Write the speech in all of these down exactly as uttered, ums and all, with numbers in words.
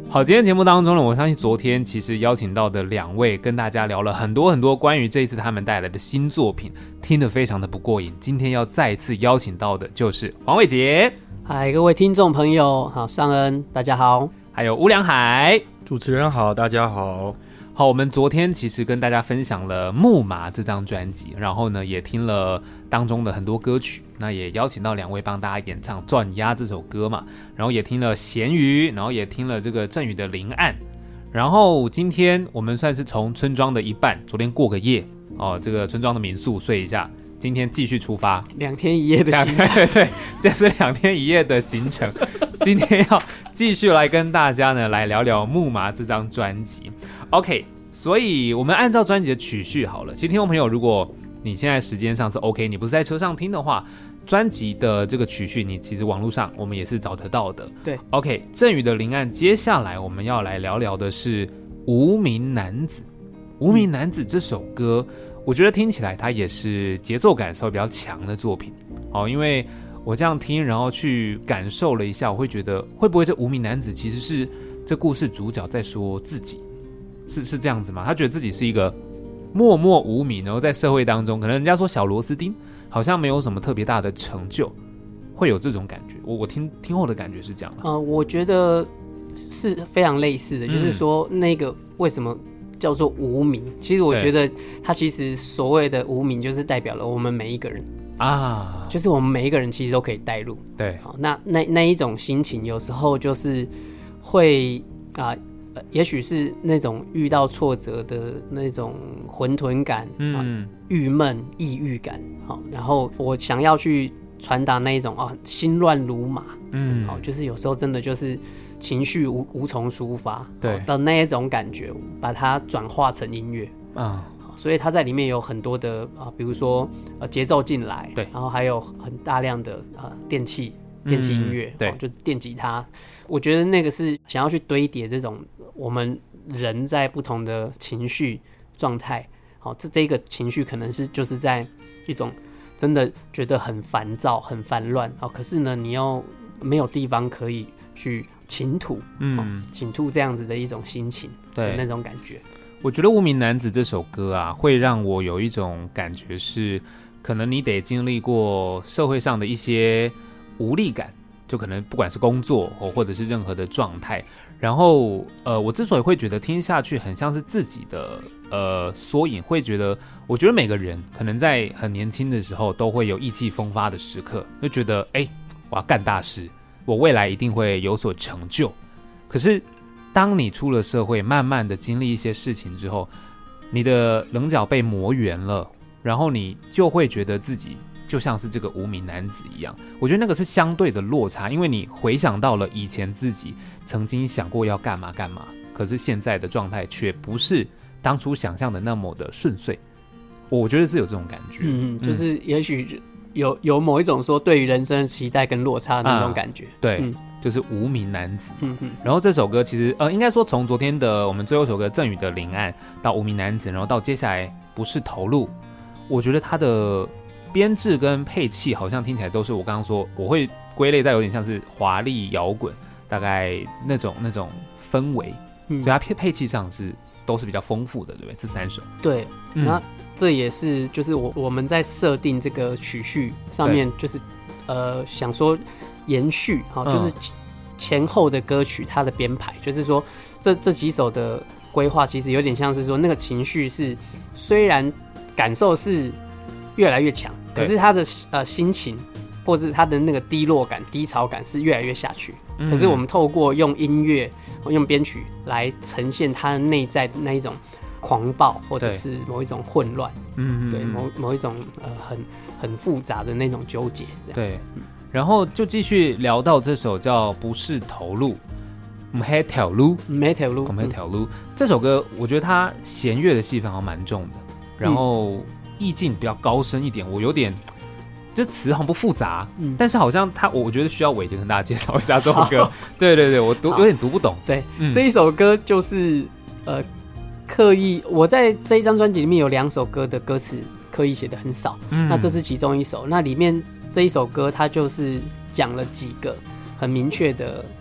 好，今天节目当中呢，我相信昨天其实邀请到的两位跟大家聊了很多很多关于这一次他们带来的新作品，听得非常的不过瘾。今天要再次邀请到的就是黄伟杰， 嗨，各位听众朋友，好，尚恩，大家好， 还有乌良海， 主持人好，大家好。 好，我们昨天其实跟大家分享了《木马》这张专辑，然后呢也听了当中的很多歌曲，那也邀请到两位帮大家演唱《转压》这首歌嘛，然后也听了《咸鱼》，然后也听了这个郑宇的《临岸》，然后今天我们算是从村庄的一半，昨天过个夜哦，这个村庄的民宿睡一下，今天继续出发， 两天一夜的行程， 对对，这是两天一夜的行程，今天要继续来跟大家呢来聊聊《木马》这张专辑。OK， 所以我们按照专辑的曲序好了。其实听众朋友，如果你现在时间上是 OK， 你不是在车上听的话，专辑的这个曲序你其实网络上我们也是找得到的。 对 ，OK， 郑宇的《临岸》，接下来我们要来聊聊的是《无名男子》。《无名男子》这首歌，我觉得听起来它也是节奏感稍微比较强的作品。好，因为我这样听，然后去感受了一下，我会觉得会不会这无名男子其实是这故事主角在说自己，是是这样子吗？他觉得自己是一个默默无名，然后在社会当中，可能人家说小螺丝钉，好像没有什么特别大的成就，会有这种感觉。我我听听后的感觉是这样的。 呃，我觉得是非常类似的，嗯、就是说那个为什么叫做无名？其实我觉得它其实所谓的无名，就是代表了我们每一个人。啊，就是我们每一个人其实都可以带入， 对， 好，那那那一种心情，有时候就是会啊、呃，也许是那种遇到挫折的那种混沌感，嗯，郁闷、抑郁感，好，然后我想要去传达那一种啊，心乱如麻，嗯，好，就是有时候真的就是情绪无无从抒发，对的那一种感觉，把它转化成音乐，啊。所以它在里面有很多的啊，比如说呃节奏进来，对，然后还有很大量的呃电器电器音乐，嗯、对、哦，就是电吉他。我觉得那个是想要去堆叠这种我们人在不同的情绪状态，好、哦，这这个情绪可能是就是在一种真的觉得很烦躁、很烦乱，哦，可是呢，你又没有地方可以去倾吐，嗯，哦、倾吐这样子的一种心情的那种感觉。 我觉得《无名男子》这首歌啊，会让我有一种感觉是，可能你得经历过社会上的一些无力感，就可能不管是工作或者是任何的状态，然后呃，我之所以会觉得听下去很像是自己的呃缩影，会觉得，我觉得每个人可能在很年轻的时候都会有意气风发的时刻，就觉得哎，我要干大事，我未来一定会有所成就，可是当你出了社会，慢慢的经历一些事情之后，你的棱角被磨圆了，然后你就会觉得自己就像是这个无名男子一样。我觉得那个是相对的落差，因为你回想到了以前自己曾经想过要干嘛干嘛，可是现在的状态却不是当初想象的那么的顺遂。我觉得是有这种感觉， 嗯，就是也许有有某一种说对于人生的期待跟落差的那种感觉，啊、 对。嗯，就是无名男子，嗯嗯，然后这首歌其实呃，应该说从昨天的我们最后一首歌郑宇的《临岸》到无名男子，然后到接下来不是投入，我觉得它的编制跟配器好像听起来都是我刚刚说我会归类在有点像是华丽摇滚，大概那种那种氛围，嗯、所以它配配器上是都是比较丰富的，对不对？这三首， 对，嗯、那这也是就是我我们在设定这个曲序上面，就是呃想说。延续、哦、就是前后的歌曲它的编排、嗯、就是说这这几首的规划其实有点像是说那个情绪是虽然感受是越来越强，可是他的呃心情或是他的那个低落感低潮感是越来越下去、嗯、可是我们透过用音乐用编曲来呈现他内在那一种狂暴或者是某一种混乱，嗯，对，某某一种呃很很复杂的那种纠结， 对。然后就继续聊到这首叫《不是投入》，没条路， 没条路， 没条路。这首歌我觉得它弦乐的戏份好像蛮重的，然后意境比较高深一点，我有点就词好像不复杂，嗯、但是好像它我觉得需要伟杰跟大家介绍一下这首歌。对对对，我读有点读不懂。 对，嗯、这一首歌就是呃刻意，我在这一张专辑里面有两首歌的歌词刻意写的很少，嗯、那这是其中一首，那里面。这一首歌它就是讲了几个很明确的呃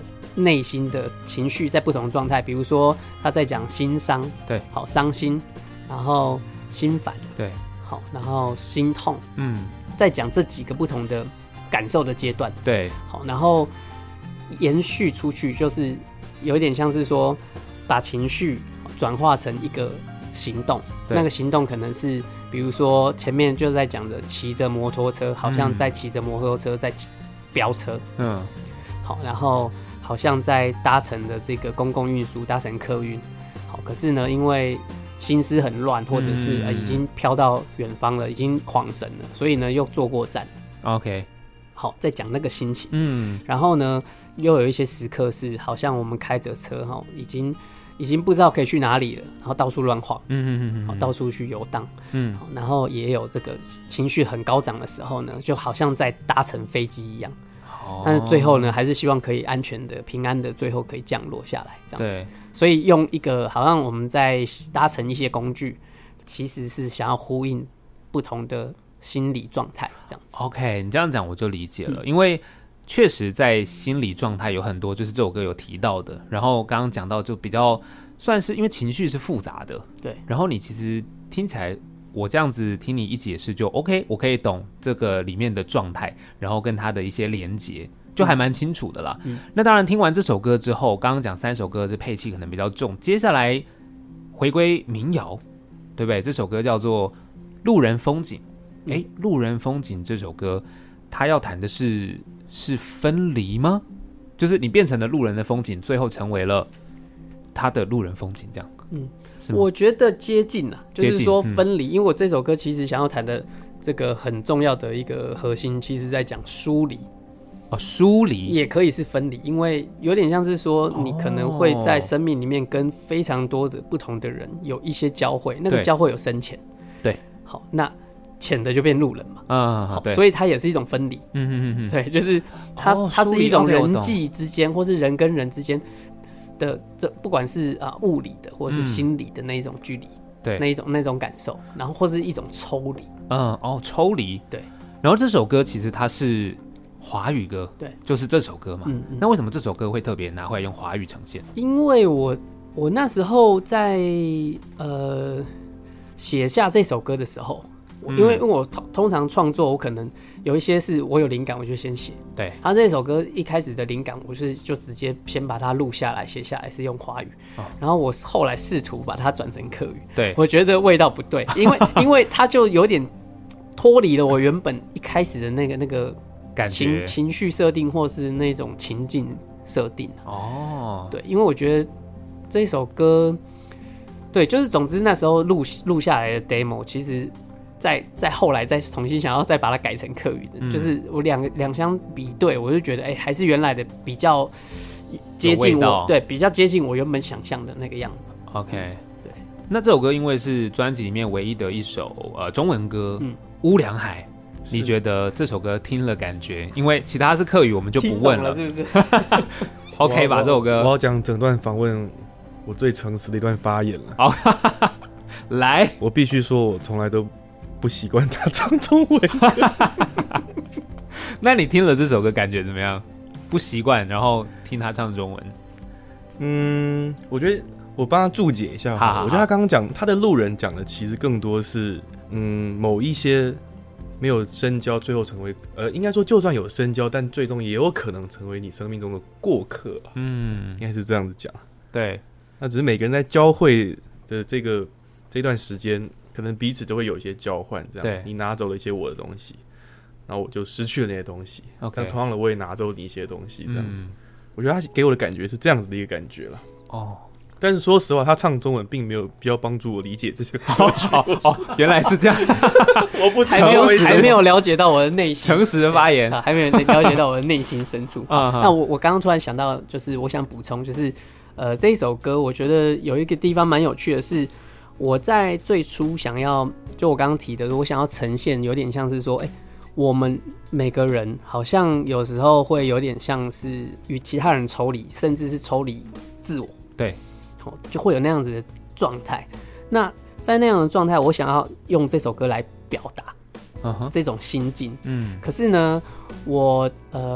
内心的情绪在不同的状态，比如说他在讲心伤， 对， 好伤心，然后心烦， 对， 好，然后心痛， 嗯， 在讲这几个不同的感受的阶段， 对， 好，然后延续出去，就是有一点像是说把情绪转化成一个行动，那个行动可能是比如说前面就在讲的骑着摩托车，好像在骑着摩托车在飙车，嗯，好，然后好像在搭乘的这个公共运输，搭乘客运，好，可是呢，因为心思很乱，或者是、嗯呃、已经飘到远方了，已经恍神了，所以呢又坐过站。 OK， 好，在讲那个心情。 嗯， 然后呢，又有一些时刻是好像我们开着车哈，已经已经不知道可以去哪里了，然后到处乱晃，嗯嗯嗯，好，到处去游荡，嗯，然后也有这个情绪很高涨的时候呢，就好像在搭乘飞机一样。但是最后呢，还是希望可以安全的、平安的，最后可以降落下来，这样子。所以用一个好像我们在搭乘一些工具，其实是想要呼应不同的心理状态，这样子。 OK， 你这样讲我就理解了，嗯、因为确实在心理状态有很多，就是这首歌有提到的。然后刚刚讲到就比较算是因为情绪是复杂的， 对。 然后你其实听起来。我这样子听你一解释就 OK， 我可以懂这个里面的状态，然后跟它的一些连结，就还蛮清楚的啦。嗯、那当然听完这首歌之后，刚刚讲三首歌这配器可能比较重，接下来回归民谣，对不对？这首歌叫做《路人风景》。哎、嗯，《路人风景》这首歌，它要谈的是是分离吗？就是你变成了路人的风景，最后成为了他的路人风景，这样。嗯。 我觉得接近啦，就是说分离、嗯，因为我这首歌其实想要谈的这个很重要的一个核心，其实在讲疏离。 哦，疏离也可以是分离，因为有点像是说，你可能会在生命里面跟非常多的不同的人有一些交汇，那个交汇有深浅。 对， 好，那浅的就变路人嘛。 嗯，好，对， 所以它也是一种分离。嗯嗯嗯嗯，对，就是它、哦、它是一种人际之间，或是人跟人之间。的这不管是啊物理的或者是心理的那一种距离、嗯，对，那一种那种感受，然后或是一种抽离， 嗯哦抽离， 对。 然后这首歌其实它是华语歌， 对， 就是这首歌嘛。嗯嗯，那为什么这首歌会特别拿回来用华语呈现？ 因为我我那时候在呃写下这首歌的时候。因为因为我通常创作，我可能有一些是我有灵感，我就先写。 对， 然后这首歌一开始的灵感，我是就直接先把它录下来，写下来是用华语。哦、然后我后来试图把它转成客语， 对， 我觉得味道不对，因为因为它就有点脱离了我原本一开始的那个那个感觉情情绪设定，或是那种情境设定。哦，对，因为我觉得这首歌，对，就是总之那时候录录下来的 demo， 其实。再再后来再重新想要再把它改成客语的，嗯、就是我两个两相比对，我就觉得哎、欸，还是原来的比较接近我，对，比较接近我原本想象的那个样子。 OK， 对。那这首歌因为是专辑里面唯一的一首呃中文歌，嗯，《乌梁海》，你觉得这首歌听了感觉？因为其他是客语，我们就不问了， 是不是 ？OK 吧，这首歌我要讲整段访问我最诚实的一段发言了。 好，来， 我必须说，我从来都。不习惯他唱中文那你听了这首歌感觉怎么样？不习惯，然后听他唱中文。 嗯，我觉得我帮他注解一下。好好好，我觉得他刚刚讲他的路人讲的，其实更多是嗯某一些没有深交，最后成为呃，应该说就算有深交，但最终也有可能成为你生命中的过客。嗯，应该是这样子讲。 对， 那只是每个人在交汇的这个这段时间。可能彼此都会有一些交换，这样。对，你拿走了一些我的东西，然后我就失去了那些东西。Okay. 但同样的，我也拿走你一些东西，这样子。嗯、我觉得他给我的感觉是这样子的一个感觉了。哦，但是说实话，他唱中文并没有比较帮助我理解这些歌曲。 哦哦，原来是这样。 我不还没有还没有了解到我的内心， 诚实的发言， 还没有了解到我的内心深处。啊，那我我刚刚突然想到，就是我想补充，就是呃这一首歌，我觉得有一个地方蛮有趣的是。我在最初想要，就我刚刚提的，我想要呈现有点像是说，哎、欸，我们每个人好像有时候会有点像是与其他人抽离，甚至是抽离自我， 对， 就会有那样子的状态。那在那样的状态，我想要用这首歌来表达、uh-huh. 这种心境。嗯，可是呢，我呃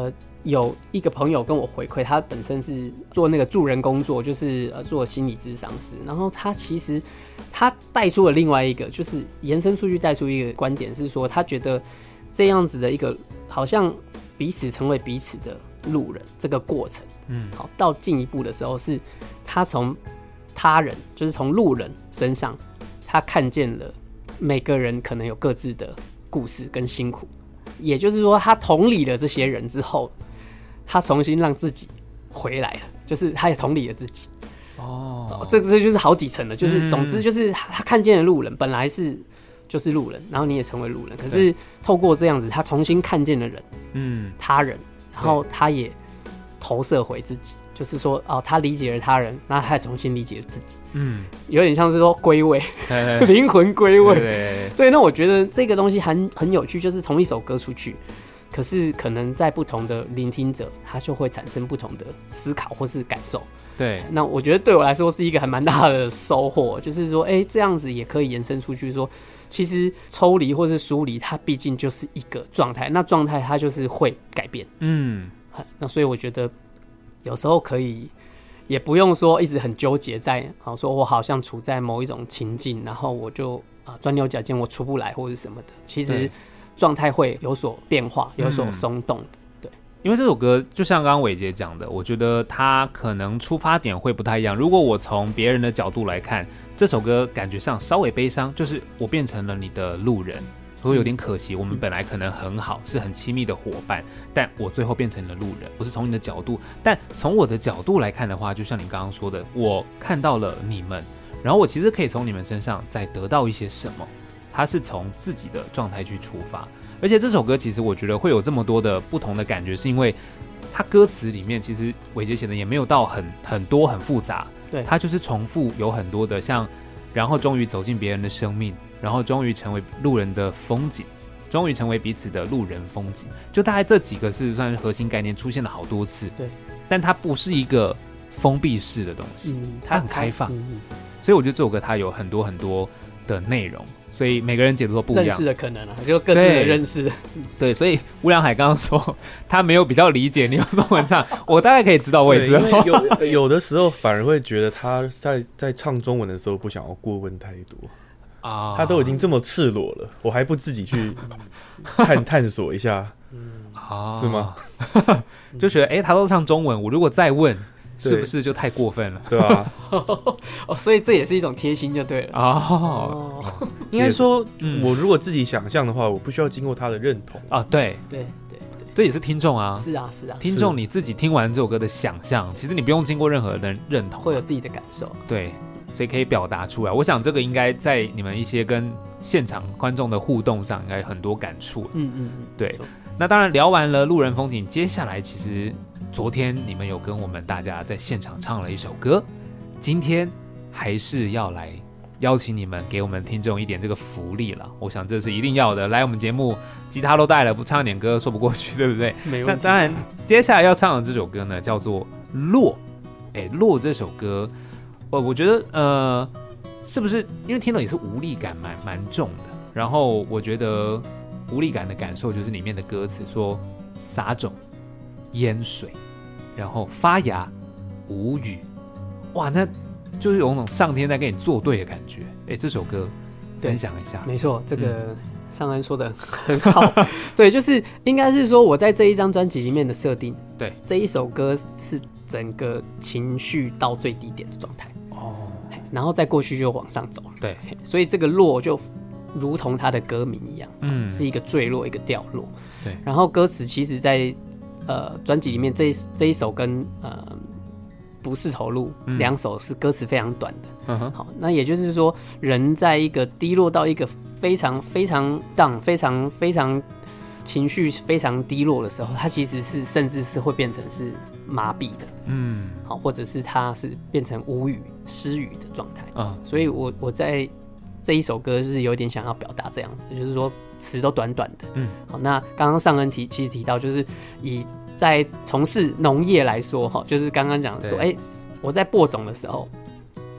有一个朋友跟我回馈，他本身是做那个助人工作，就是呃做心理咨商师，然后他其实他带出了另外一个，就是延伸出去带出一个观点，是说他觉得这样子的一个好像彼此成为彼此的路人这个过程，嗯，好，到进一步的时候是他从他人，就是从路人身上，他看见了每个人可能有各自的故事跟辛苦，也就是说，他同理了这些人之后，他重新让自己回来了，就是他也同理了自己。哦，这这就是好几层了，就是总之就是他看见了路人，本来是就是路人，然后你也成为路人，可是透过这样子，他重新看见了人，嗯，他人，然后他也投射回自己，就是说哦，他理解了他人，然后他也重新理解了自己，嗯，有点像是说归位，灵魂归位，对, 对，那我觉得这个东西很很有趣，就是同一首歌出去。可是可能在不同的聆听者，他就会产生不同的思考或是感受。 对， 那我觉得对我来说是一个还蛮大的收获，就是说，哎、欸，这样子也可以延伸出去说，其实抽离或是疏离，它毕竟就是一个状态，那状态它就是会改变。嗯，那所以我觉得有时候可以，也不用说一直很纠结在，好说我好像处在某一种情境，然后我就啊钻牛角尖，我出不来或者什么的，其实。状态会有所变化，有所松动的、嗯，对。 因为这首歌就像刚刚伟杰讲的，我觉得它可能出发点会不太一样。如果我从别人的角度来看，这首歌感觉上稍微悲伤，就是我变成了你的路人，会有点可惜。我们本来可能很好，是很亲密的伙伴，但我最后变成了路人。我是从你的角度，但从我的角度来看的话，就像你刚刚说的，我看到了你们，然后我其实可以从你们身上再得到一些什么。他是从自己的状态去出发，而且这首歌其实我觉得会有这么多的不同的感觉，是因为他歌词里面其实伟杰写的也没有到很很多很复杂， 对， 他就是重复有很多的像，然后终于走进别人的生命，然后终于成为路人的风景，终于成为彼此的路人风景，就大概这几个是算是核心概念出现了好多次， 对， 但它不是一个封闭式的东西，嗯、它很开放、嗯，所以我觉得这首歌它有很多很多的内容。所以每个人解读都不一样， 认识的可能啊，就各自的认识。 对，所以吴良海刚刚说他没有比较理解你用中文唱，我大概可以知道为什么。 有有的时候反而会觉得他在在唱中文的时候不想要过问太多啊，他都已经这么赤裸了，我还不自己去探探索一下，啊，是吗？ 就觉得哎、欸，他都唱中文，我如果再问。是不是就太过分了？ 对啊， 哦，所以这也是一种贴心就对了哦。 应该说、嗯，我如果自己想象的话，我不需要经过他的认同啊。对对对对， 这也是听众啊。 是啊是啊， 听众你自己听完这首歌的想象，其实你不用经过任何人认同、啊， 会有自己的感受。 对，所以可以表达出来。我想这个应该在你们一些跟现场观众的互动上，应该有很多感触。嗯嗯嗯，对。那当然聊完了路人风景，接下来其实昨天你们有跟我们大家在现场唱了一首歌，今天还是要来邀请你们给我们听众一点这个福利了，我想这是一定要的。来我们节目吉他都带了，不唱点歌说不过去，对不对？ 没问题。 那当然接下来要唱的这首歌呢叫做落，哎，落这首歌我我觉得呃是不是因为听了也是无力感蛮蛮重的，然后我觉得无力感的感受就是里面的歌词说撒种淹水然后发芽无语，哇，那就是有种上天在跟你作对的感觉。哎，这首歌分享一下。 没错，这个尚恩说的很好。对，就是应该是说我在这一张专辑里面的设定， 对， 这一首歌是整个情绪到最低点的状态哦，然后再过去就往上走。 对， 所以这个落就如同它的歌名一样，嗯，是一个坠落，一个掉落。 对， 然后歌词其实在呃专辑里面这一这一首跟呃不是投入两、嗯、首是歌词非常短的。嗯、好，那也就是说，人在一个低落到一个非常非常 down、非常非常情绪非常低落的时候，他其实是甚至是会变成是麻痹的，嗯，好，或者是他是变成无语、失语的状态啊。所以我我在这一首歌就是有点想要表达这样子，就是说词都短短的，嗯，好。那刚刚尚恩提其实提到，就是以在从事农业来说，哈，就是刚刚讲说，哎、欸，我在播种的时候，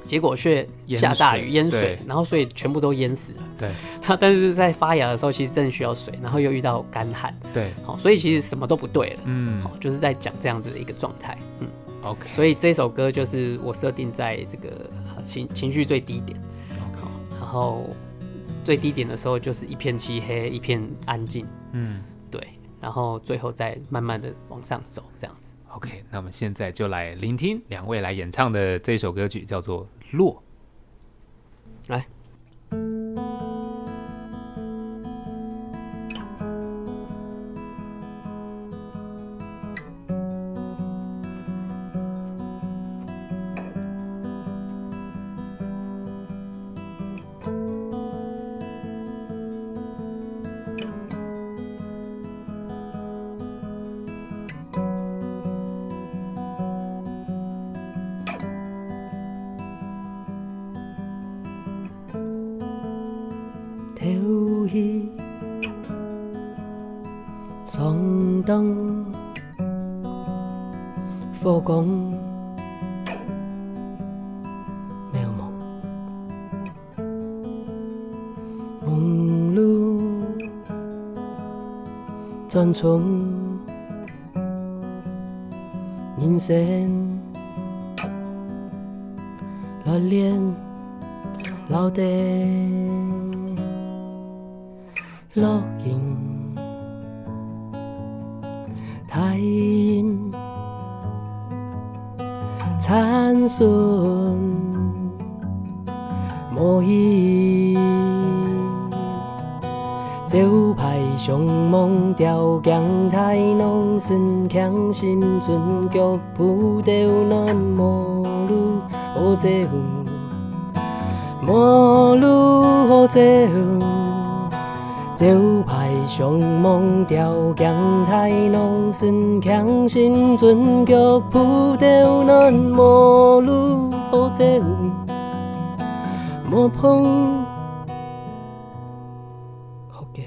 结果却下大雨淹水，然后所以全部都淹死了。 对， 但是在发芽的时候，其实正需要水，然后又遇到干旱。 对， 好，所以其实什么都不对了。 嗯， 好，就是在讲这样子的一个状态。嗯 ，OK。 所以这首歌就是我设定在这个情情绪最低点。好，然后最低点的时候就是一片漆黑，一片安静。嗯，对，然后最后再慢慢的往上走，这样子。 OK， 那我们现在就来聆听两位来演唱的这首歌曲，叫做《落》。 来。 抽起闯荡火光渺茫梦路转从人生老练老地落影太阴残损无意走派上梦条江太浓深强心准脚步掉难陌路好走陌路好走走派上梦条江太浓深强心准脚步掉难陌路好走莫碰好叫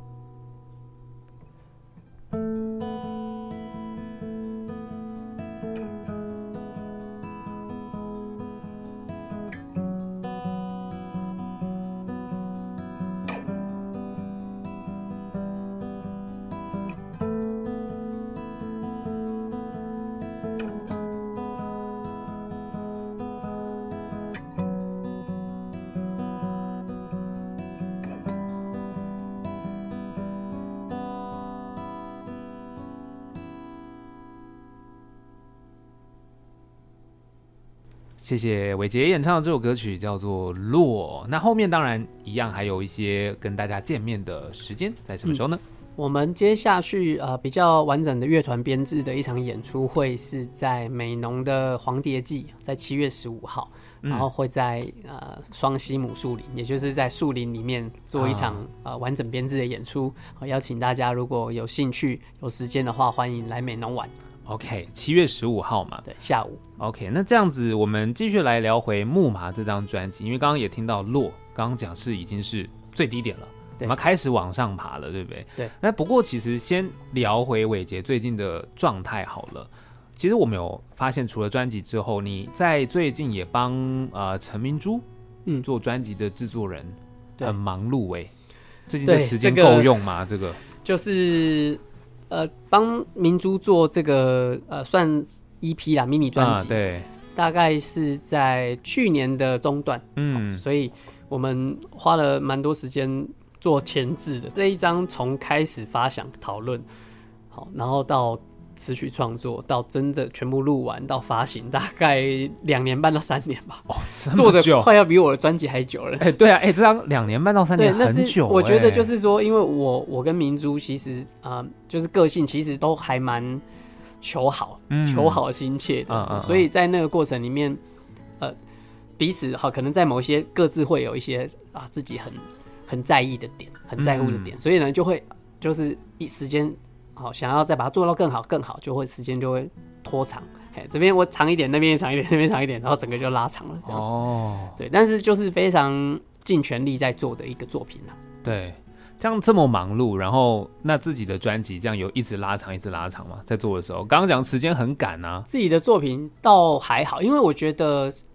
谢谢伟杰演唱的这首歌曲叫做《落》。那后面当然一样还有一些跟大家见面的时间，在什么时候呢？ 嗯、我们接下去呃比较完整的乐团编制的一场演出会是在美浓的黄蝶季，在七月十五号，嗯、然后会在呃双溪母树林，也就是在树林里面做一场、啊、呃完整编制的演出。邀请大家如果有兴趣有时间的话，欢迎来美浓玩。 OK， 七月十五号嘛， 对，下午。 OK， 那这样子，我们继续来聊回《木马》这张专辑，因为刚刚也听到落，刚刚讲是已经是最低点了，我们开始往上爬了，对不对？ 对。 那不过其实先聊回伟杰最近的状态好了。其实我们有发现，除了专辑之后，你在最近也帮呃陈明珠嗯做专辑的制作人，很忙碌哎、欸。最近的时间够用吗？这个、这个、 就是。呃，帮明珠做这个呃算 E P 啦，迷你专辑、啊， 对， 大概是在去年的中段，嗯，所以我们花了蛮多时间做前置的。这一张从开始发想讨论，好，然后到词曲创作，到真的全部录完到发行，大概两年半到三年吧。 哦， 做的快要比我的专辑还久了。 哎、欸，对啊，哎、欸，这张两年半到三年很久、欸。 我觉得就是说，因为我我跟明珠其实啊、呃，就是个性其实都还蛮求好、嗯、求好心切的、嗯嗯嗯，所以在那个过程里面，呃，彼此好可能在某一些各自会有一些啊自己很很在意的点，很在乎的点，嗯、所以呢就会就是一时间。好，想要再把它做到更好更好，就会时间就会拖长。嘿，这边我长一点，那边也长一点，那边长一点，然后整个就拉长了这样子。哦，对，但是就是非常尽全力在做的一个作品啦。 对，这样这么忙碌，然后那自己的专辑这样有一直拉长，一直拉长嘛，在做的时候，刚刚讲时间很赶啊。 自己的作品倒还好，因为我觉得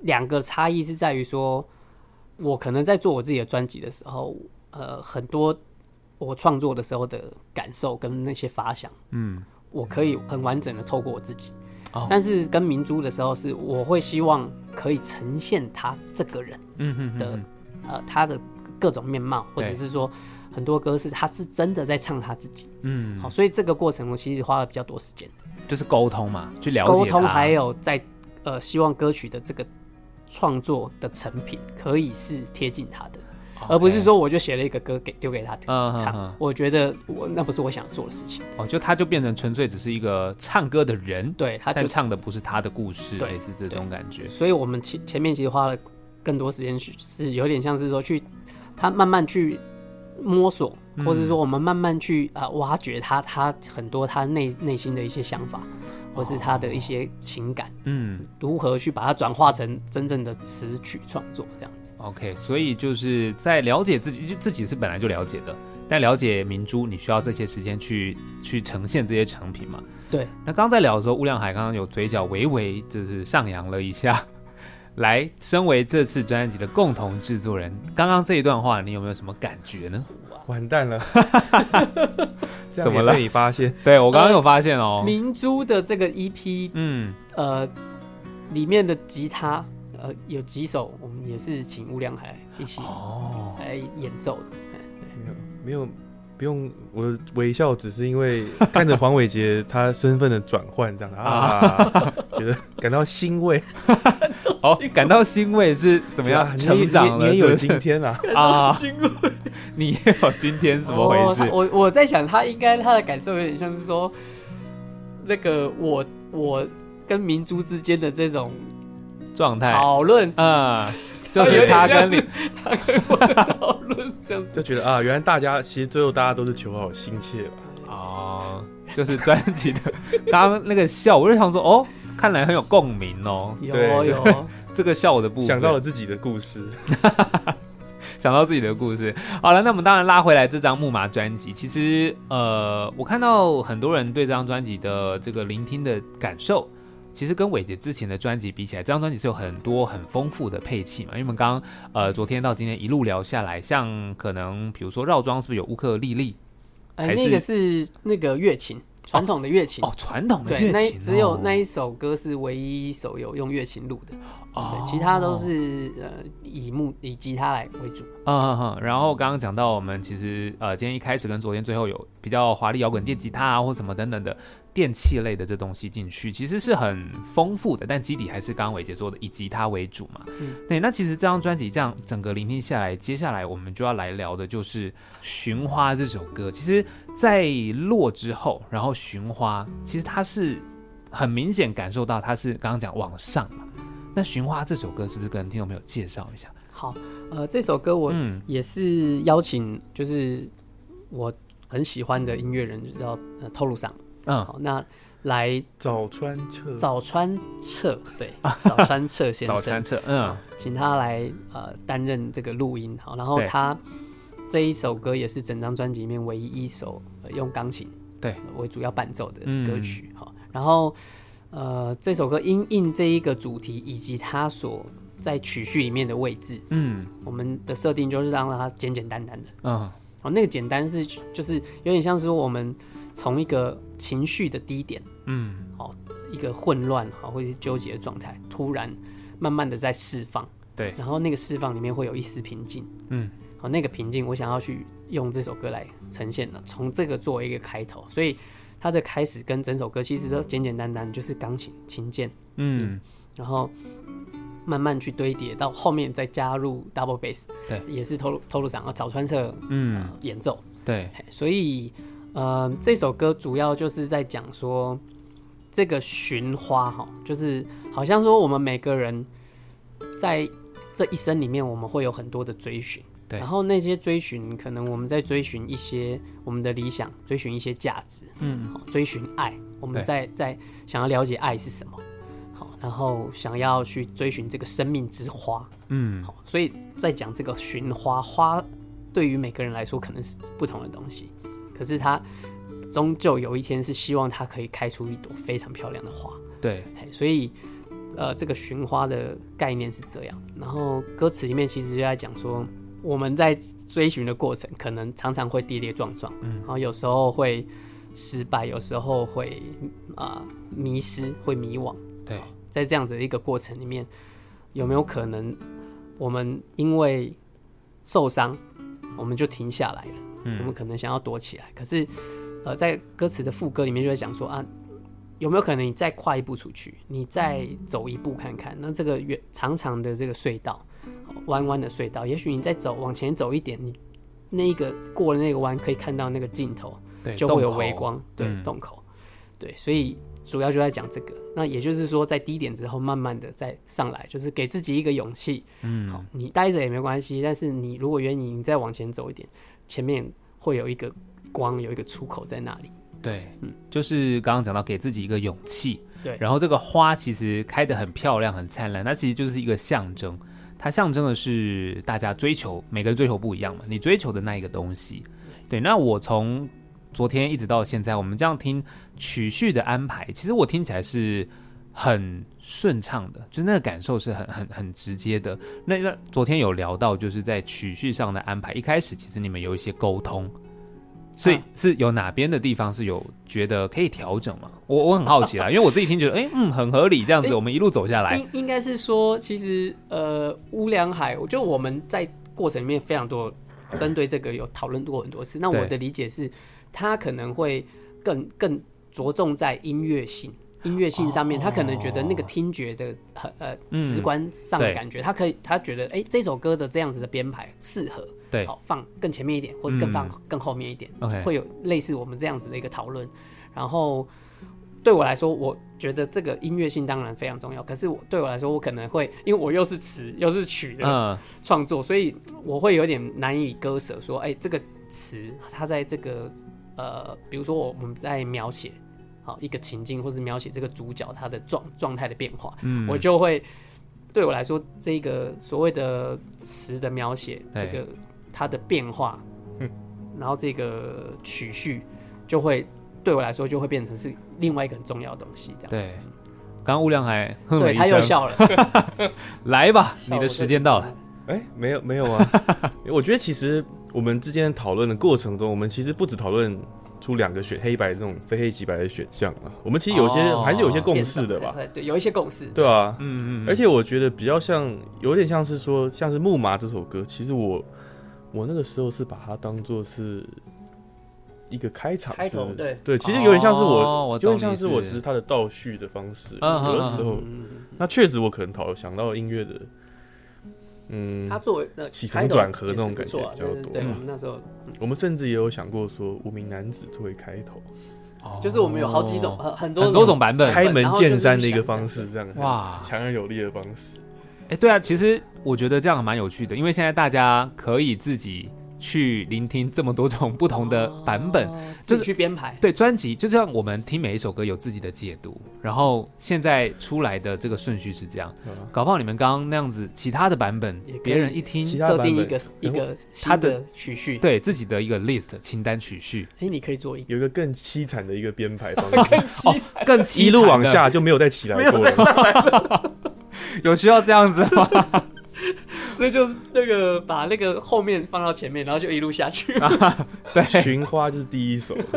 两个差异是在于说，我可能在做我自己的专辑的时候，呃，很多我创作的时候的感受跟那些发想，嗯，我可以很完整的透过我自己。哦、但是跟明珠的时候是，我会希望可以呈现他这个人的，嗯哼哼哼呃，他的各种面貌，或者是说很多歌是他是真的在唱他自己，嗯，好，所以这个过程我其实花了比较多时间， 就是沟通嘛，去了解他， 沟通，还有在呃希望歌曲的这个创作的成品可以是贴近他的。Okay. 而不是说我就写了一个歌给丢给他唱，嗯、我觉得我那不是我想做的事情。 哦，就他就变成纯粹只是一个唱歌的人， 对，他就但唱的不是他的故事，类似这种感觉。 所以我们前前面其实花了更多时间去，是有点像是说去他慢慢去摸索，嗯、或者说我们慢慢去啊、呃、挖掘他他很多他内内心的一些想法，或是他的一些情感，嗯，如何去把它转化成真正的词曲创作这样子。 OK， 所以就是在了解自己，就自己是本来就了解的，但了解明珠，你需要这些时间去去呈现这些成品嘛？ 对。 那刚在聊的时候，乌亮海刚刚有嘴角微微就是上扬了一下。来，身为这次专辑的共同制作人，刚刚这一段话，你有没有什么感觉呢？ 完蛋了， 怎么了？ 被你发现？ 对我刚刚有发现哦。 呃、明珠的这个 E P， 嗯，呃，里面的吉他。呃，有几首我们也是请乌亮海一起来演奏的。 没有，没有，不用。我的微笑只是因为看着黄伟杰他身份的转换，这样啊，觉得感到欣慰。 哦，感到欣慰是怎么样？成长了， 你也有今天啊！ 啊， 你也有今天，怎么回事？ 哦、我我在想，他应该他的感受有点像是说，那个我我跟明珠之间的这种。 状态讨论， 嗯，就是他跟你， 他跟我的讨论这样子， 就觉得啊，原来大家其实最后大家都是求好心切吧？ 哦，就是专辑的，刚刚那个笑，我就想说，哦，看来很有共鸣哦， 有有， 这个笑的部分， 想到了自己的故事， 想到自己的故事。好了，那我们当然拉回来这张木马专辑，其实呃，我看到很多人对这张专辑的这个聆听的感受。其实跟伟杰之前的专辑比起来，这张专辑是有很多很丰富的配器嘛。因为我们刚刚呃昨天到今天一路聊下来，像可能比如说绕庄是不是有乌克丽丽？ 哎、欸，那个是那个乐琴，传统的乐琴哦，传统的乐琴， 对，那只有那一首歌是唯一一首有用乐琴录的，哦，其他都是呃以木以吉他来为主。 嗯嗯嗯。然后刚刚讲到我们其实呃今天一开始跟昨天最后有比较华丽摇滚电吉他啊或什么等等的。电器类的这东西进去，其实是很丰富的，但基底还是刚刚伟杰说的以吉他为主嘛。嗯，对。那其实这张专辑这样整个聆听下来，接下来我们就要来聊的就是《寻花》这首歌。其实，在落之后，然后《寻花》，其实它是很明显感受到它是刚刚讲往上嘛。那《寻花》这首歌是不是跟听众朋友介绍一下？ 好，呃，这首歌我也是邀请，就是我很喜欢的音乐人，就叫呃透露桑。嗯，好，那来早川彻， 早川彻，对，早川彻先生， 早川彻，嗯， 请他来呃担任这个录音，好，然后他这一首歌也是整张专辑里面唯一一首、呃、用钢琴对为主要伴奏的歌曲，好、嗯，然后呃这首歌因应这一个主题以及他所在曲序里面的位置，嗯，我们的设定就是让它简简单单的，嗯，哦，那个简单是就是有点像是说我们。从一个情绪的低点，嗯，好，一个混乱，好，或者是纠结的状态，突然慢慢的在释放， 对， 然后那个释放里面会有一丝平静，嗯，好，那个平静，我想要去用这首歌来呈现了，从这个作为一个开头，所以它的开始跟整首歌其实都简简单单，就是钢琴、琴键，嗯，然后慢慢去堆叠到后面再加入 double bass， 对，也是透露透露长早川彻，嗯、呃，演奏， 对， 所以。呃，这首歌主要就是在讲说，这个寻花哈，就是好像说我们每个人在这一生里面，我们会有很多的追寻，对，然后那些追寻，可能我们在追寻一些我们的理想，追寻一些价值，嗯，追寻爱，我们在在想要了解爱是什么，好，然后想要去追寻这个生命之花，嗯，好，所以在讲这个寻花，花对于每个人来说可能是不同的东西。可是他终究有一天是希望他可以开出一朵非常漂亮的花， 对， 所以呃这个寻花的概念是这样。然后歌词里面其实就在讲说，我们在追寻的过程可能常常会跌跌撞撞，嗯，然后有时候会失败，有时候会啊、呃、迷失，会迷惘。 对， 在这样子的一个过程里面，有没有可能我们因为受伤，我们就停下来了？嗯，我们可能想要躲起来，可是，呃，在歌词的副歌里面就会讲说啊，有没有可能你再跨一步出去，你再走一步看看？那这个远长长的这个隧道，弯弯的隧道，也许你再走往前走一点，你那一个过了那个弯，可以看到那个尽头，就会有微光，对，嗯、洞口，对，所以主要就在讲这个。那也就是说，在低点之后，慢慢的再上来，就是给自己一个勇气。嗯，好，你待着也没关系，但是你如果愿意，你再往前走一点，前面会有一个光，有一个出口在那里。 对，嗯，就是刚刚讲到给自己一个勇气。 对， 然后这个花其实开得很漂亮、很灿烂，它其实就是一个象征，它象征的是大家追求，每个人追求不一样嘛，你追求的那一个东西。对，那我从昨天一直到现在，我们这样听曲序的安排，其实我听起来是很顺畅的，就是那个感受是很很很直接的。那那昨天有聊到，就是在曲序上的安排，一开始其实你们有一些沟通，所以是有哪边的地方是有觉得可以调整吗？我我很好奇啦，因为我自己听觉得，哎、欸，嗯，很合理，这样子，我们一路走下来， 应应该是说，其实呃，乌梁海，我觉得我们在过程里面非常多针对这个有讨论过很多次。那我的理解是，他可能会更更着重在音乐性。音乐性上面，他可能觉得那个听觉的呃直观上的感觉，嗯、他可以他觉得哎、欸、这首歌的这样子的编排适合， 对， 好放更前面一点，或是更放更后面一点， 嗯、 会有类似我们这样子的一个讨论。然后对我来说，我觉得这个音乐性当然非常重要，可是我对我来说，我可能会因为我又是词又是曲的创作，嗯、所以我会有点难以割舍，说哎、欸、这个词它在这个呃比如说我们在描写。好一个情境，或是描写这个主角他的状状态的变化，嗯，我就会对我来说，这个所谓的词的描写，这个它的变化，嗯，然后这个曲序就会对我来说就会变成是另外一个很重要的东西，这样。 对，刚刚乌亮还哼了一声， 对他又笑了， 来吧，你的时间到了。 哎、欸，没有没有啊，我觉得其实我们之间讨论的过程中，我们其实不只讨论出两个选黑白这种非黑即白的选项啊，我们其实有些、哦、还是有些共识的吧？ 对, 对，有一些共识。 对啊，嗯嗯。而且我觉得比较像，有点像是说，像是《木马》这首歌，其实我我那个时候是把它当作是一个开场， 开头，对对，其实有点像是我， 哦、我有点像是我只是它的倒叙的方式。嗯、有的时候，嗯、那确实我可能讨想到音乐的。嗯， 他作为起承转合那种感觉比较多。 对，我们那时候， 嗯、我们甚至也有想过说《无名男子》作为开头， 哦、就是我们有好几种、很很多很多种版本， 开门见山的一个方式，这样哇，强而有力的方式。 哎、欸，对啊，其实我觉得这样蛮有趣的，因为现在大家可以自己去聆听这么多种不同的版本， 哦、自己去编排。 对，专辑就像我们听每一首歌有自己的解读，然后现在出来的这个顺序是这样，嗯、搞不好你们刚刚那样子，其他的版本别人一听， 设定一个一个他的曲序， 对自己的一个 list 清单曲序。 哎、欸，你可以做一个有一个更凄惨的一个编排方式，更凄惨， 更凄惨， 一路往下就没有再起来过了。 有需要这样子吗？ 那就是那个把那个后面放到前面，然后就一路下去。 啊、对， 寻花就是第一首。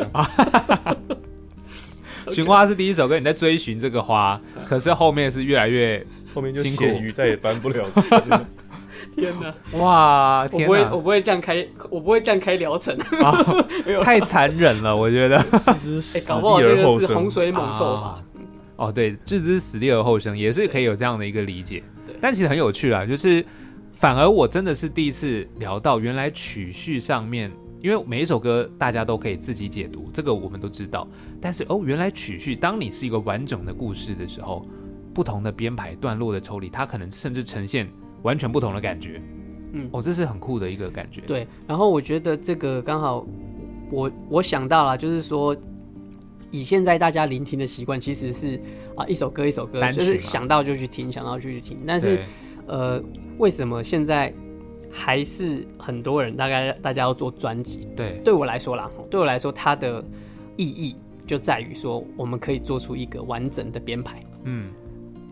寻花是第一首歌，你在追寻这个花，可是后面是越来越后面就咸鱼再也翻不了。 天哪！ 哇，天哪！ 我不会，我不会这样开，我不会这样开疗程、啊， 太残忍了，我觉得。 哎、 欸，搞不好这个是洪水猛兽吧？啊哦，对，置之死地而后生，也是可以有这样的一个理解。但其实很有趣啦，就是反而我真的是第一次聊到，原来曲序上面，因为每一首歌大家都可以自己解读，这个我们都知道。但是哦，原来曲序，当你是一个完整的故事的时候，不同的编排段落的抽离，它可能甚至呈现完全不同的感觉。嗯，哦，这是很酷的一个感觉。 对，然后我觉得这个刚好我我想到了，就是说。以现在大家聆听的习惯，其实是啊一首歌一首歌，就是想到就去听，想到就去听。但是，呃，为什么现在还是很多人大概大家要做专辑？ 对， 对我来说啦，对我来说，它的意义就在于说，我们可以做出一个完整的编排。嗯，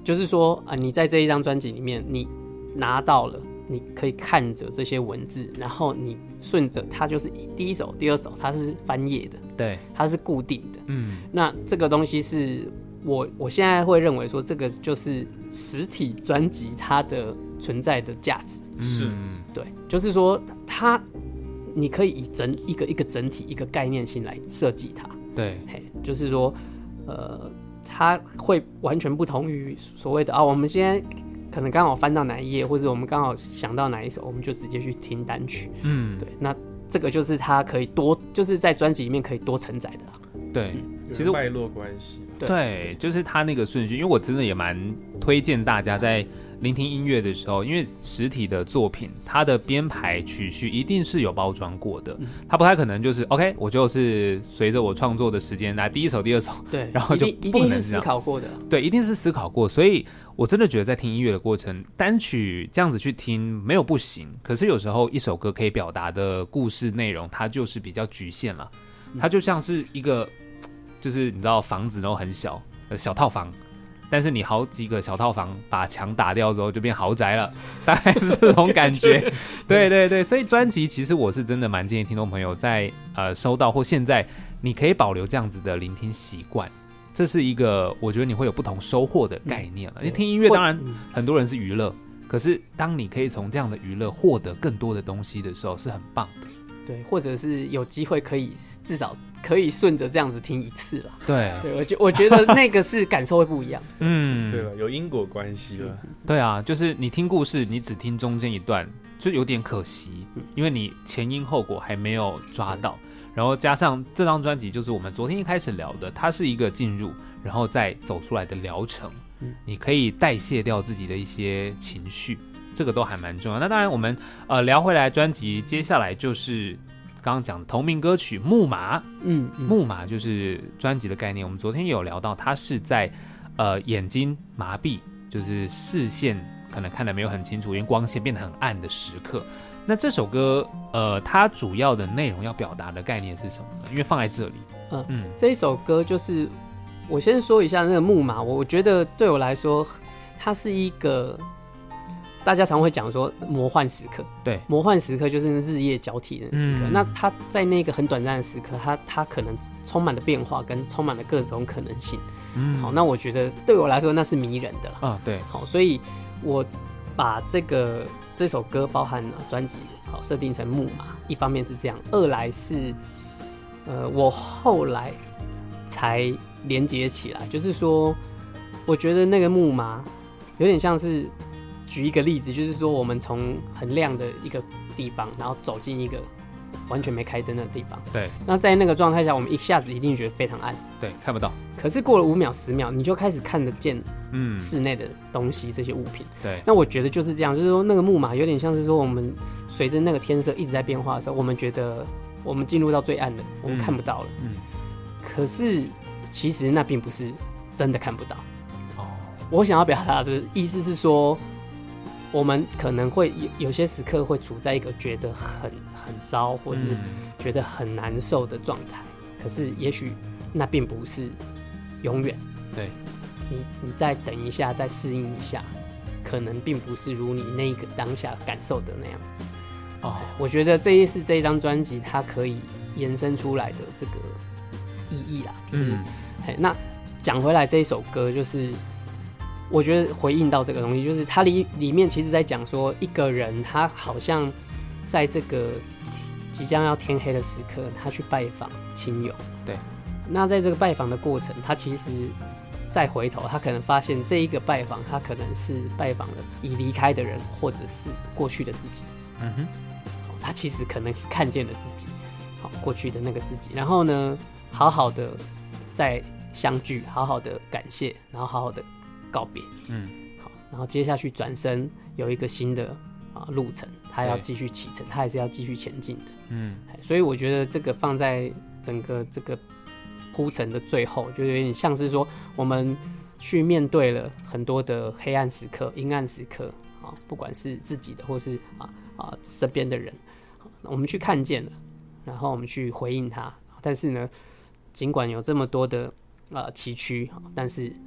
就是说啊，你在这一张专辑里面，你拿到了，你可以看着这些文字，然后你顺着它，就是第一首、第二首，它是翻页的， 对， 它是固定的。 嗯， 那这个东西是我我现在会认为说，这个就是实体专辑它的存在的价值。 是， 对，就是说它，你可以以整一个一个整体、一个概念性来设计它。 对， 嘿，就是说，呃，它会完全不同于所谓的啊，我们现在可能刚好翻到哪一页，或者我们刚好想到哪一首，我们就直接去听单曲。嗯，对，那这个就是它可以多，就是在专辑里面可以多承载的啦。 对， 嗯、其实脉络关系。 对，对，就是它那个顺序，因为我真的也蛮推荐大家在聆听音乐的时候，因为实体的作品，它的编排曲序一定是有包装过的，嗯、它不太可能就是 OK， 我就是随着我创作的时间来第一首、第二首， 对， 然后就一定是思考过的， 对，一定是思考过，所以我真的觉得在听音乐的过程，单曲这样子去听没有不行，可是有时候一首歌可以表达的故事内容，它就是比较局限了，它就像是一个，就是你知道房子然后很小，小套房。但是你好几个小套房把墙打掉之后就变豪宅了，大概是这种感觉。对对对，所以专辑其实我是真的蛮建议听众朋友在呃收到或现在你可以保留这样子的聆听习惯，这是一个我觉得你会有不同收获的概念了。因为听音乐当然很多人是娱乐，可是当你可以从这样的娱乐获得更多的东西的时候，是很棒的。 对，或者是有机会可以至少可以顺着这样子听一次了。 对， 对我觉我觉得那个是感受会不一样。 嗯，对了，有因果关系了。 对啊，就是你听故事，你只听中间一段，就有点可惜，因为你前因后果还没有抓到。然后加上这张专辑，就是我们昨天一开始聊的，它是一个进入然后再走出来的疗程，你可以代谢掉自己的一些情绪。这个都还蛮重要。那当然我们呃聊回来专辑，接下来就是刚刚讲的同名歌曲《木马》。嗯，嗯木马就是专辑的概念。我们昨天也有聊到，它是在呃眼睛麻痹，就是视线可能看得没有很清楚，因为光线变得很暗的时刻。那这首歌呃它主要的内容要表达的概念是什么呢？因为放在这里， 嗯嗯，这一首歌就是我先说一下那个木马，我觉得对我来说，它是一个。大家常会讲说魔幻时刻， 对， 魔幻时刻就是日夜交替的时刻。嗯、那它在那个很短暂的时刻，它它可能充满了变化，跟充满了各种可能性。嗯，好，那我觉得对我来说那是迷人的啦。 啊，对， 好，所以我把这个这首歌包含了专辑，好设定成木马。一方面是这样，二来是呃，我后来才连接起来，就是说，我觉得那个木马有点像是。举一个例子，就是说我们从很亮的一个地方，然后走进一个完全没开灯的地方。 对。 那在那个状态下，我们一下子一定觉得非常暗。 对，看不到。 可是过了五秒、十秒，你就开始看得见，嗯，室内的东西，这些物品。 对。 那我觉得就是这样，就是说那个木马有点像是说，我们随着那个天色一直在变化的时候，我们觉得我们进入到最暗的，我们看不到了。嗯。嗯可是其实那并不是真的看不到。哦。我想要表达的意思是说。我们可能会 有, 有些时刻会处在一个觉得很很糟，或是觉得很难受的状态。嗯、可是也许那并不是永远。 对， 你你再等一下，再适应一下，可能并不是如你那个当下感受的那样子。哦，我觉得这一是这一张专辑它可以延伸出来的这个意义啦。就是，嗯、那讲回来这一首歌就是。我觉得回应到这个东西，就是它 里, 里面其实在讲说，一个人他好像在这个即将要天黑的时刻，他去拜访亲友。 对。 那在这个拜访的过程，他其实再回头，他可能发现这一个拜访，他可能是拜访了已离开的人，或者是过去的自己。嗯哼。他其实可能是看见了自己，好过去的那个自己，然后呢，好好的再相聚，好好的感谢，然后好好的。告别，嗯，好，然后接下去转身有一个新的啊路程，他要继续启程，他还是要继续前进的，嗯，所以我觉得这个放在整个这个铺陈的最后，就有点像是说我们去面对了很多的黑暗时刻、阴暗时刻啊，不管是自己的或是啊啊身边的人，我们去看见了，然后我们去回应他，但是呢，尽管有这么多的呃崎岖，但是。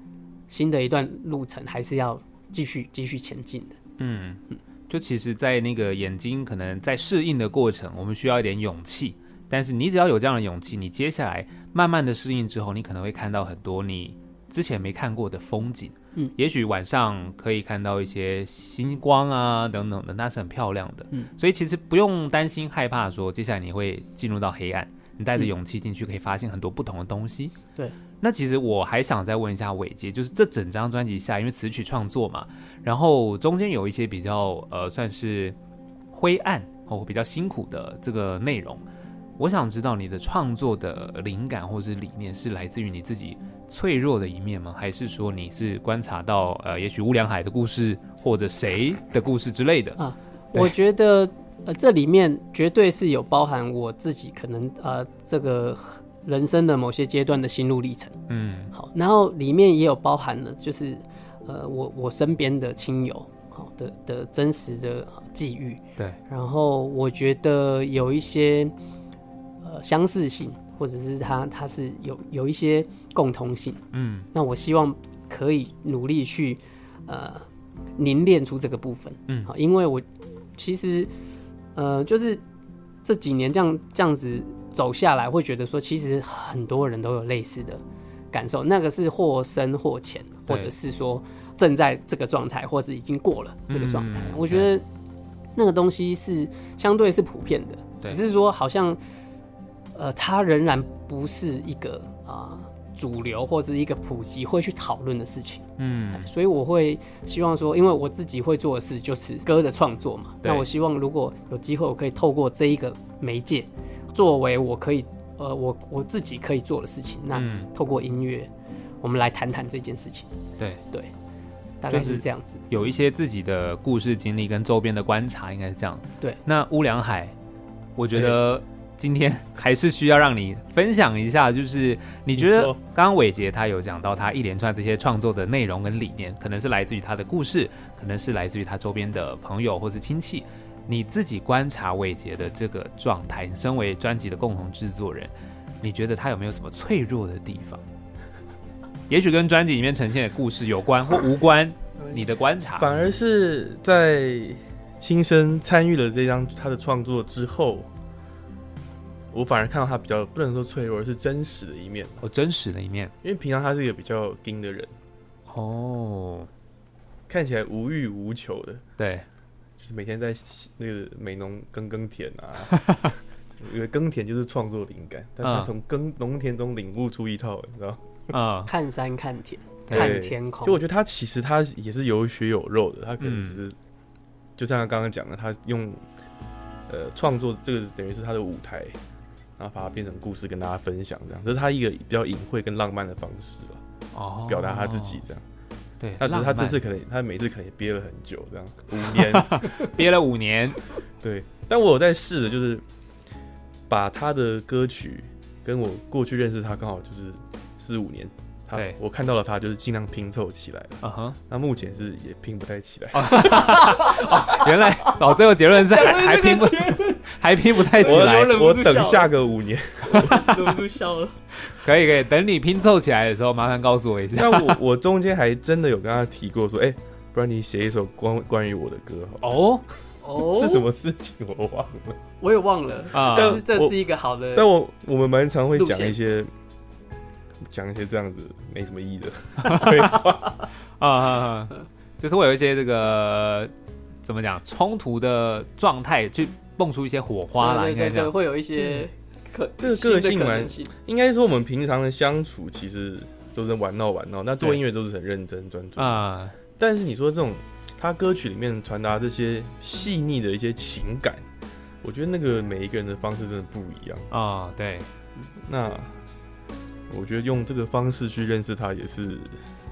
新的一段路程还是要继续继续前进的。 嗯，就其实在那个眼睛可能在适应的过程，我们需要一点勇气，但是你只要有这样的勇气，你接下来慢慢的适应之后，你可能会看到很多你之前没看过的风景。嗯，也许晚上可以看到一些星光啊等等的，那是很漂亮的。嗯，所以其实不用担心害怕说接下来你会进入到黑暗，你带着勇气进去可以发现很多不同的东西。 对， 那其实我还想再问一下伟杰，就是这整张专辑下，因为词曲创作嘛，然后中间有一些比较呃算是灰暗或比较辛苦的这个内容，我想知道你的创作的灵感或是理念是来自于你自己脆弱的一面吗？还是说你是观察到呃也许乌良海的故事或者谁的故事之类的啊？ 我觉得呃这里面绝对是有包含我自己可能呃这个人生的某些阶段的心路历程。嗯，好，然后里面也有包含了就是呃我我身边的亲友好的的真实的际遇。 对， 然后我觉得有一些呃相似性，或者是它它是有有一些共同性。嗯，那我希望可以努力去呃凝练出这个部分。嗯，好，因为我其实呃就是这几年这样这样子走下来，会觉得说其实很多人都有类似的感受，那个是或深或浅，或者是说正在这个状态，或是已经过了这个状态。嗯，我觉得那个东西是相对是普遍的，只是说好像呃它仍然不是一个啊、呃、主流或是一个普及会去讨论的事情。嗯，所以我会希望说，因为我自己会做的事就是歌的创作嘛，那我希望如果有机会，我可以透过这一个媒介，作为我可以呃我我自己可以做的事情，那透过音乐，我们来谈谈这件事情。 对对，大概是这样子。 就是有一些自己的故事经历跟周边的观察，应该是这样。 对， 那乌良海，我觉得今天还是需要让你分享一下，就是你觉得刚刚伟杰他有讲到他一连串这些创作的内容跟理念，可能是来自于他的故事，可能是来自于他周边的朋友或是亲戚。你自己观察伟杰的这个状态，你身为专辑的共同制作人，你觉得他有没有什么脆弱的地方？也许跟专辑里面呈现的故事有关或无关，你的观察。 反而是在亲身参与了这张他的创作之后，我反而看到他比较不能说脆弱，而是真实的一面。 哦，真实的一面。 因为平常他是一个比较硬的人，哦，看起来无欲无求的， 对， 就是每天在那个美农耕耕田啊，因为耕田就是创作灵感，但他从耕农田中领悟出一套，你知道。 啊、嗯，看山看田看天空， 就我觉得他其实他也是有血有肉的，他可能只是、嗯、就像他刚刚讲的，他用呃创作这个等于是他的舞台，然后把它变成故事跟大家分享，这样这是他一个比较隐晦跟浪漫的方式了，哦，表达他自己这样。 对， 他只是他这次可能他每次可能也憋了很久，这样五年憋了五年， 对。但我有在试着就是把他的歌曲跟我过去认识他刚好就是四五年，他我看到了他就是尽量拼凑起来了。嗯哼，那目前是也拼不太起来。 哦，原来哦，最后结论是还还拼不还拼不太起来。 我, 我等下个五年， 忍不住笑了。 可以可以，等你拼凑起来的时候，麻烦告诉我一下。 那我我中间还真的有跟他提过说，哎、欸，不然你写一首关关于我的歌好哦。哦，是什么事情我忘了， 我也忘了啊。但是这是一个好的， 但我我们蛮常会讲一些。讲一些这样子没什么意义的对话啊，就是会有一些这个怎么讲冲突的状态，去蹦出一些火花啦。 对对 对, 对，会有一些可这个个性蛮，应该说我们平常的相处其实都是玩闹玩闹，那做音乐都是很认真专注啊。但是你说这种他歌曲里面传达这些细腻的一些情感，我觉得那个每一个人的方式真的不一样啊。对， 那。我觉得用这个方式去认识他也是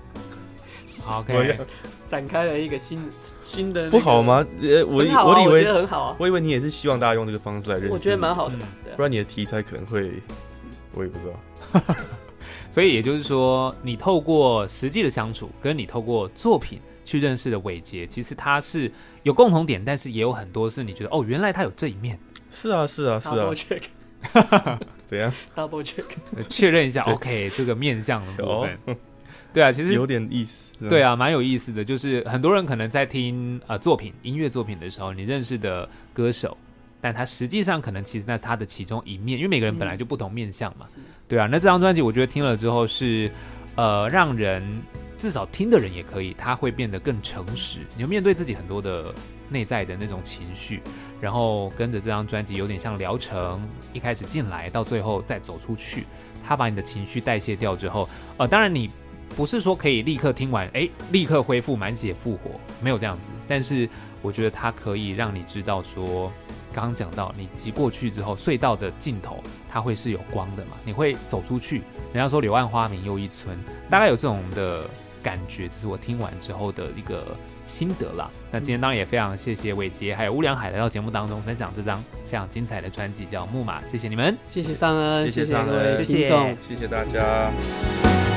，OK， 展开了一个新新的、那個、 不好吗？呃，我、 啊、 我以为我觉得很好啊， 我以为你也是希望大家用这个方式来认识， 我觉得蛮好的、嗯啊，不然你的题材可能会，我也不知道。 所以也就是说，你透过实际的相处，跟你透过作品去认识的伟杰，其实他是有共同点，但是也有很多是你觉得哦，原来他有这一面。 是啊，是啊，是啊。怎样 ？Double check， 确认一下 ，OK， 这个面向的部分。哦、 对啊，其实有点意思。 对啊，蛮有意思的。就是很多人可能在听呃作品、音乐作品的时候，你认识的歌手，但他实际上可能其实那是他的其中一面，因为每个人本来就不同面向嘛。嗯、对啊，那这张专辑我觉得听了之后是呃让人至少听的人也可以，他会变得更诚实，你要面对自己很多的内在的那种情绪，然后跟着这张专辑有点像疗程，一开始进来到最后再走出去，他把你的情绪代谢掉之后，呃，当然你不是说可以立刻听完，哎，立刻恢复满血复活，没有这样子，但是我觉得它可以让你知道说，刚刚讲到你挤过去之后，隧道的尽头它会是有光的嘛，你会走出去。人家说柳暗花明又一村，大概有这种的感觉，这是我听完之后的一个心得啦。那今天当然也非常谢谢伟杰还有乌良海来到节目当中分享这张非常精彩的专辑，叫《木马》，谢谢你们， 谢谢尚恩， 谢谢尚恩， 谢谢听众， 谢谢大家。